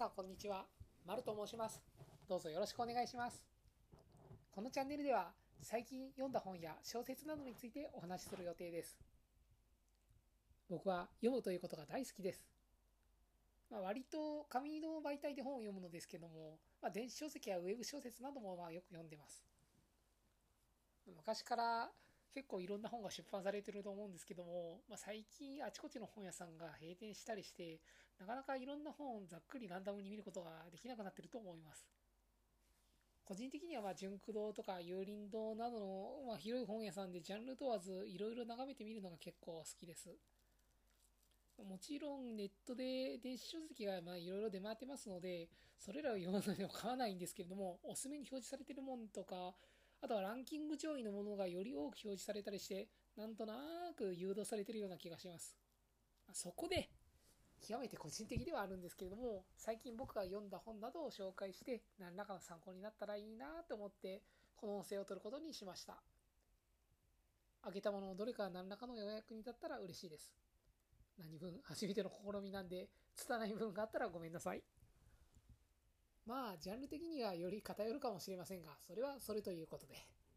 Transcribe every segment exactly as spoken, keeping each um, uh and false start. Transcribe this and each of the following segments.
さんこんにちは。マルと申します。どうぞよろしくお願いします。このチャンネルでは最近読んだ本や小説などについてお話しする予定です。僕は読むということが大好きです。まあ、割と紙の媒体で本を読むのですけども、まあ、電子書籍やウェブ小説などもまあよく読んでます。昔から結構いろんな本が出版されてると思うんですけども、まあ、最近あちこちの本屋さんが閉店したりして、なかなかいろんな本をざっくりランダムに見ることができなくなっていると思います。個人的にはまあ純駆堂とか有林堂などのまあ広い本屋さんでジャンル問わずいろいろ眺めてみるのが結構好きです。もちろんネットで電子書籍がいろいろ出回ってますので、それらを読むのでも買わないんですけれども、おすすめに表示されているものとか、あとはランキング上位のものがより多く表示されたりして、なんとなく誘導されているような気がします。そこで、極めて個人的ではあるんですけれども、最近僕が読んだ本などを紹介して、何らかの参考になったらいいなと思って、この音声を取ることにしました。あげたもののどれか何らかの予約に立ったら嬉しいです。何分初めての試みなんで、拙い部分があったらごめんなさい。まあ、ジャンル的にはより偏るかもしれませんが、それはそれということで。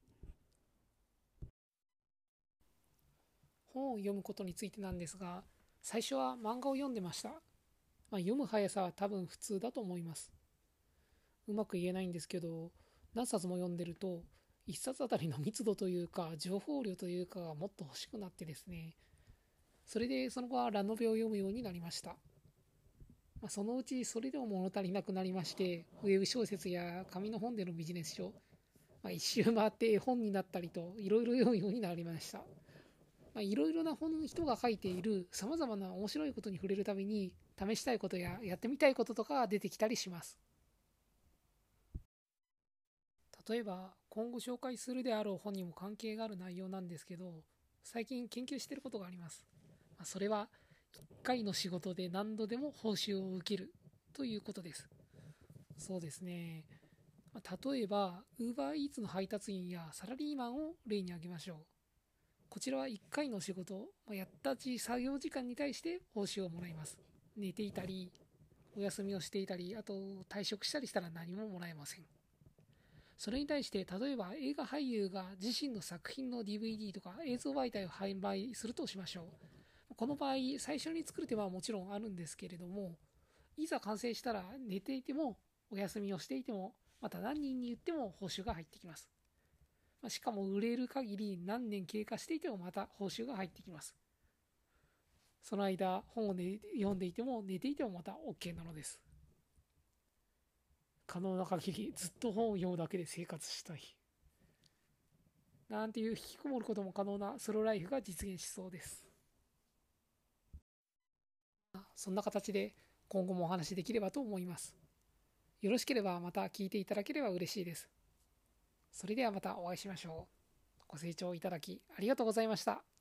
本を読むことについてなんですが、最初は漫画を読んでました。まあ、読む速さは多分普通だと思います。うまく言えないんですけど、何冊も読んでると、一冊あたりの密度というか、情報量というかがもっと欲しくなってですね、それでその後はラノベを読むようになりました。まあ、そのうちそれでも物足りなくなりまして、ウェブ小説や紙の本でのビジネス書、まあ、一周回って絵本になったりといろいろ読むようになりました。いろいろな本の人が書いているさまざまな面白いことに触れるたびに試したいことややってみたいこととかが出てきたりします。例えば今後紹介するであろう本にも関係がある内容なんですけど、最近研究していることがあります。それはいっかいの仕事で何度でも報酬を受けるということです。そうですね。例えば UberEats の配達員やサラリーマンを例に挙げましょう。こちらはいっかいの仕事、やった作業時間に対して報酬をもらいます。寝ていたり、お休みをしていたり、あと退職したりしたら何ももらえません。それに対して、例えば映画俳優が自身の作品の ディーブイディー とか映像媒体を販売するとしましょう。この場合、最初に作る手間はもちろんあるんですけれども、いざ完成したら寝ていても、お休みをしていても、また何人に言っても報酬が入ってきます。しかも売れる限り何年経過していてもまた報酬が入ってきます。その間本を、ね、読んでいても寝ていてもまた OK なのです。可能な限りずっと本を読むだけで生活したいなんていう引きこもることも可能なソロライフが実現しそうです。そんな形で今後もお話しできればと思います。よろしければまた聞いていただければ嬉しいです。それではまたお会いしましょう。ご清聴いただきありがとうございました。